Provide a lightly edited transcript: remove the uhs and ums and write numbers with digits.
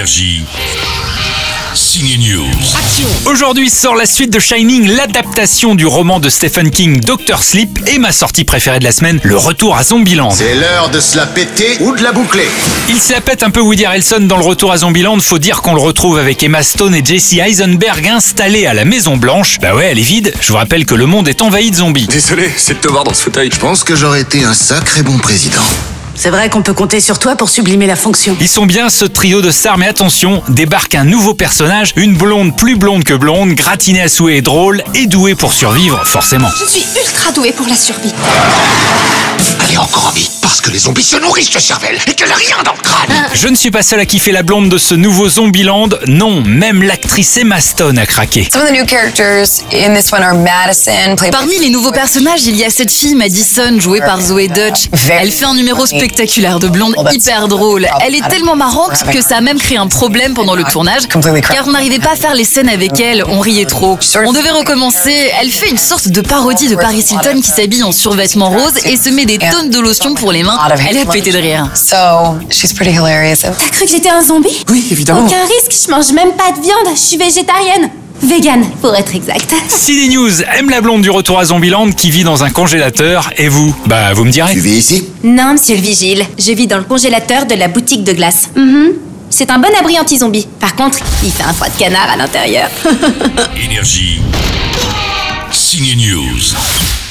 Énergie. Ciné News. Action. Aujourd'hui sort la suite de Shining, l'adaptation du roman de Stephen King, Dr. Sleep, et ma sortie préférée de la semaine, le retour à Zombieland. C'est l'heure de se la péter ou de la boucler. Il se la pète un peu Woody Harrelson dans le retour à Zombieland, faut dire qu'on le retrouve avec Emma Stone et Jesse Eisenberg installés à la Maison Blanche. Bah ouais, elle est vide, je vous rappelle que le monde est envahi de zombies. Désolé, c'est de te voir dans ce fauteuil. Je pense que j'aurais été un sacré bon président. C'est vrai qu'on peut compter sur toi pour sublimer la fonction. Ils sont bien ce trio de stars, mais attention, débarque un nouveau personnage, une blonde plus blonde que blonde, gratinée à souhait et drôle, et douée pour survivre, forcément. Je suis ultra douée pour la survie. Elle est encore en vie parce que les zombies se nourrissent de cervelle et qu'elle a rien dans le crâne. Je ne suis pas seul à kiffer la blonde de ce nouveau Zombieland, non, même l'actrice Emma Stone a craqué. Some of the new characters in this one are Madison, played Parmi les nouveaux personnages, il y a cette fille Madison, jouée par Zoe Dutch. Elle fait un numéro spectaculaire de blonde hyper drôle. Elle est tellement marrante que ça a même créé un problème pendant le tournage, car on n'arrivait pas à faire les scènes avec elle, on riait trop. On devait recommencer. Elle fait une sorte de parodie de Paris Hilton qui s'habille en survêtement rose et se met des tonnes de lotion pour les mains. Elle a pété de rire. so she's pretty hilarious. T'as cru que j'étais un zombie? Oui, évidemment. Aucun risque, je mange même pas de viande, je suis végétarienne. Végane, pour être exact. Ciné News aime la blonde du retour à Zombieland qui vit dans un congélateur, et vous? Bah, vous me direz. Tu vis ici? Non, monsieur le vigile, je vis dans le congélateur de la boutique de glace. C'est un bon abri anti-zombie. Par contre, il fait un foie de canard à l'intérieur. Énergie. Ciné News.